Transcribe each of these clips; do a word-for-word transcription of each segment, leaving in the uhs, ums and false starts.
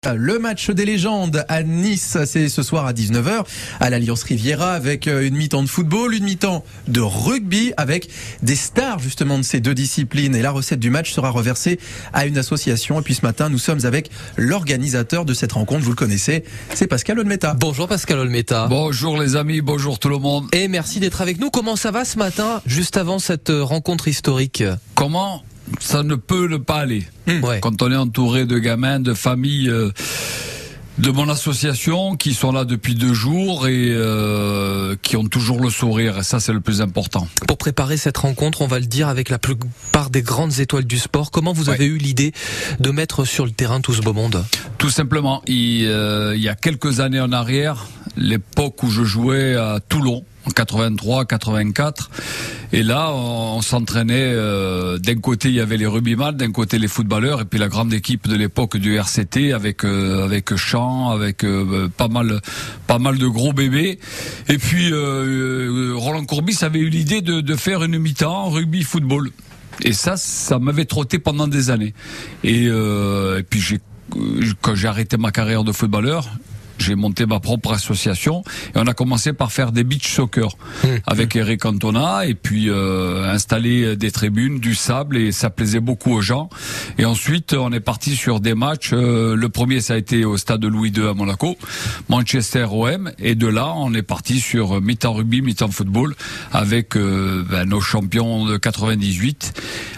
Le match des légendes à Nice, c'est ce soir à dix-neuf heures à l'Alliance Riviera avec une mi-temps de football, une mi-temps de rugby avec des stars justement de ces deux disciplines. Et la recette du match sera reversée à une association. Et puis ce matin, nous sommes avec l'organisateur de cette rencontre. Vous le connaissez, c'est Pascal Olmeta. Bonjour Pascal Olmeta. Bonjour les amis, bonjour tout le monde. Et merci d'être avec nous. Comment ça va ce matin, juste avant cette rencontre historique ? Comment ça ne peut ne pas aller mmh. ouais. Quand on est entouré de gamins, de familles euh, de mon association qui sont là depuis deux jours et euh, qui ont toujours le sourire, et ça c'est le plus important. Pour préparer cette rencontre, on va le dire, avec la plupart des grandes étoiles du sport, comment vous avez ouais. eu l'idée de mettre sur le terrain tout ce beau monde ? Tout simplement, il, euh, il y a quelques années en arrière, l'époque où je jouais à Toulon, en quatre-vingt-trois quatre-vingt-quatre, et là on, on s'entraînait, euh, d'un côté il y avait les rugbyman, d'un côté les footballeurs, et puis la grande équipe de l'époque du R C T avec euh, avec Champ, avec euh, pas mal pas mal de gros bébés, et puis euh, Roland Courbis avait eu l'idée de, de faire une mi-temps rugby football, et ça ça m'avait trotté pendant des années, et, euh, et puis j'ai quand j'ai arrêté ma carrière de footballeur, j'ai monté ma propre association et on a commencé par faire des beach soccer mmh. avec Eric Cantona, et puis euh, installer des tribunes, du sable, et ça plaisait beaucoup aux gens. Et ensuite on est parti sur des matchs, euh, le premier ça a été au stade Louis deux à Monaco, Manchester O M, et de là on est parti sur mi-temps rugby, mi-temps football avec euh, ben, nos champions de quatre-vingt-dix-huit,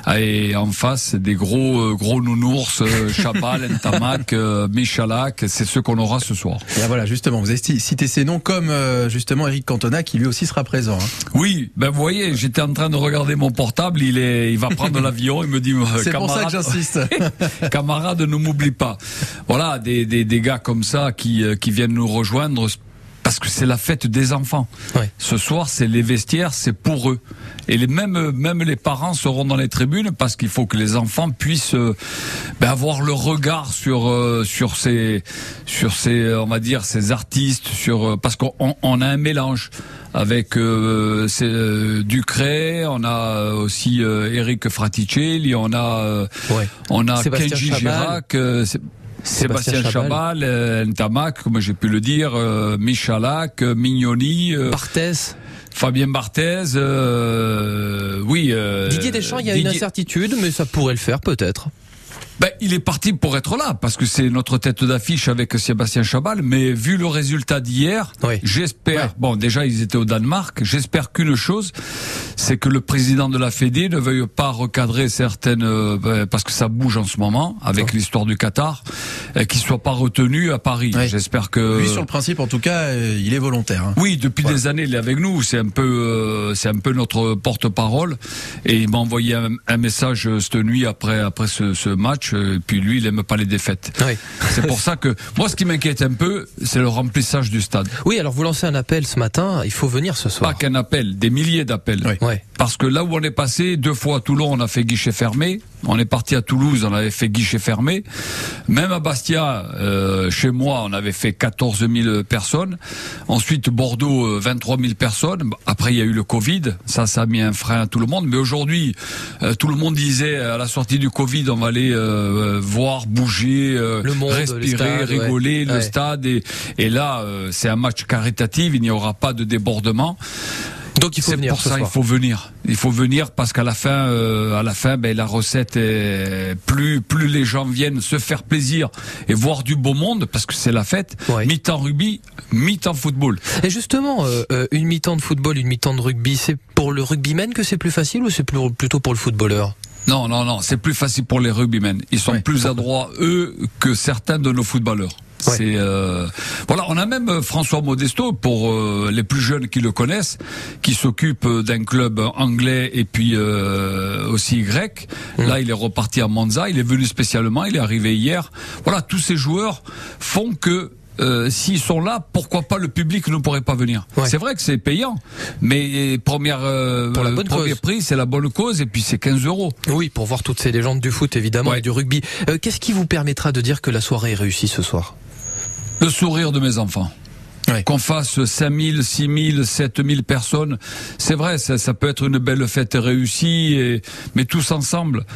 et en face des gros euh, gros nounours, euh, Chabal, Ntamak, euh, Michalak, c'est ceux qu'on aura ce soir. Et voilà, justement, vous avez cité ces noms, comme euh, justement Eric Cantona qui lui aussi sera présent. Hein. Oui, ben vous voyez, j'étais en train de regarder mon portable, il est, il va prendre l'avion, il me dit, c'est pour ça que j'insiste. Camarade, ne m'oublie pas. Voilà, des, des, des gars comme ça qui, qui viennent nous rejoindre. Parce que c'est la fête des enfants. Ouais. Ce soir, c'est les vestiaires, c'est pour eux. Et les, même, même les parents seront dans les tribunes parce qu'il faut que les enfants puissent euh, ben avoir le regard sur euh, sur ces sur ces on va dire ces artistes, sur euh, parce qu'on on a un mélange avec euh, c'est, euh, Ducret, on a aussi euh, Eric Fraticelli, on a euh, ouais. on a Sébastien Kenji Chabal. Girac. Euh, Sébastien, Sébastien Chabal, euh, Ntamak, comme j'ai pu le dire, euh, Michalak, euh, Mignoni, euh, Barthez. Fabien Barthez, euh, oui. Euh, Didier Deschamps, il y a Didier... une incertitude, mais ça pourrait le faire peut-être. Ben, il est parti pour être là, parce que c'est notre tête d'affiche avec Sébastien Chabal, mais vu le résultat d'hier, oui. j'espère, ouais. bon, déjà ils étaient au Danemark, j'espère qu'une chose, c'est que le président de la Fédé ne veuille pas recadrer certaines, euh, parce que ça bouge en ce moment, avec oh. l'histoire du Qatar, euh, qu'il soit pas retenu à Paris. Ouais. J'espère que... Lui, sur le principe, en tout cas, euh, il est volontaire. Hein. Oui, depuis voilà. des années, il est avec nous, c'est un peu, euh, c'est un peu notre porte-parole, et il m'a envoyé un, un message cette nuit après, après ce, ce match. Et puis lui, il aime pas les défaites. Oui. C'est pour ça que moi, ce qui m'inquiète un peu, c'est le remplissage du stade. Oui, alors vous lancez un appel ce matin. Il faut venir ce soir. Pas qu'un appel, des milliers d'appels. Oui. Ouais. Parce que là où on est passé, deux fois à Toulon, on a fait guichet fermé. On est parti à Toulouse, on avait fait guichet fermé. Même à Bastia, euh, chez moi, on avait fait quatorze mille personnes. Ensuite, Bordeaux, vingt-trois mille personnes. Après, il y a eu le Covid. Ça, ça a mis un frein à tout le monde. Mais aujourd'hui, euh, tout le monde disait, à la sortie du Covid, on va aller euh, voir, bouger, euh, le monde, respirer, stade, rigoler, ouais. le ouais. stade. Et, et là, euh, c'est un match caritatif. Il n'y aura pas de débordement. Donc il faut c'est venir. pour ça il faut venir. Il faut venir parce qu'à la fin, euh, à la fin, ben la recette est plus plus les gens viennent se faire plaisir et voir du beau monde parce que c'est la fête. Ouais. Mi-temps rugby, mi-temps football. Et justement, euh, une mi-temps de football, une mi-temps de rugby, c'est pour le rugbyman que c'est plus facile ou c'est plus, plutôt pour le footballeur ? Non, non, non, c'est plus facile pour les rugbymen. Ils sont ouais. plus adroits eux que certains de nos footballeurs. Ouais. C'est euh... voilà, on a même François Modesto pour euh, les plus jeunes qui le connaissent, qui s'occupe d'un club anglais et puis euh, aussi grec. Mmh. Là, il est reparti à Monza, il est venu spécialement, il est arrivé hier. Voilà, tous ces joueurs font que Euh, s'ils sont là, pourquoi pas le public ne pourrait pas venir. Ouais. C'est vrai que c'est payant, mais première, euh, pour la bonne premier cause. prix, c'est la bonne cause, et puis c'est quinze euros. Oui, pour voir toutes ces légendes du foot évidemment ouais. et du rugby. Euh, qu'est-ce qui vous permettra de dire que la soirée est réussie ce soir ? Le sourire de mes enfants. Ouais. Qu'on fasse cinq mille, six mille, sept mille personnes, c'est vrai, ça, ça peut être une belle fête réussie, et, mais tous ensemble.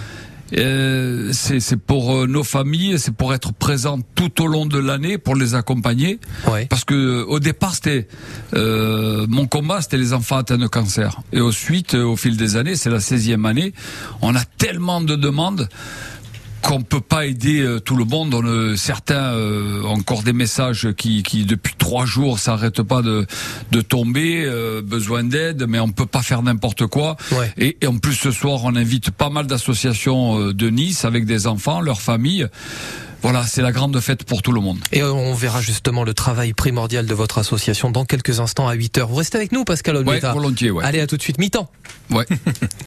Euh, c'est, c'est pour euh, nos familles, c'est pour être présent tout au long de l'année, pour les accompagner. Ouais. Parce que au départ, c'était euh, mon combat, c'était les enfants atteints de cancer. Et ensuite, euh, au fil des années, c'est la seizième année, on a tellement de demandes qu'on peut pas aider euh, tout le monde. On, euh, certains euh, encore des messages qui, qui depuis trois jours s'arrêtent pas de de tomber, euh, besoin d'aide, mais on peut pas faire n'importe quoi. Ouais. Et, et en plus ce soir, on invite pas mal d'associations euh, de Nice avec des enfants, leurs familles. Voilà, c'est la grande fête pour tout le monde. Et on verra justement le travail primordial de votre association dans quelques instants à huit heures. Vous restez avec nous, Pascal Olmeta. Ouais, volontiers, ouais. Allez, à tout de suite, mi-temps. Ouais.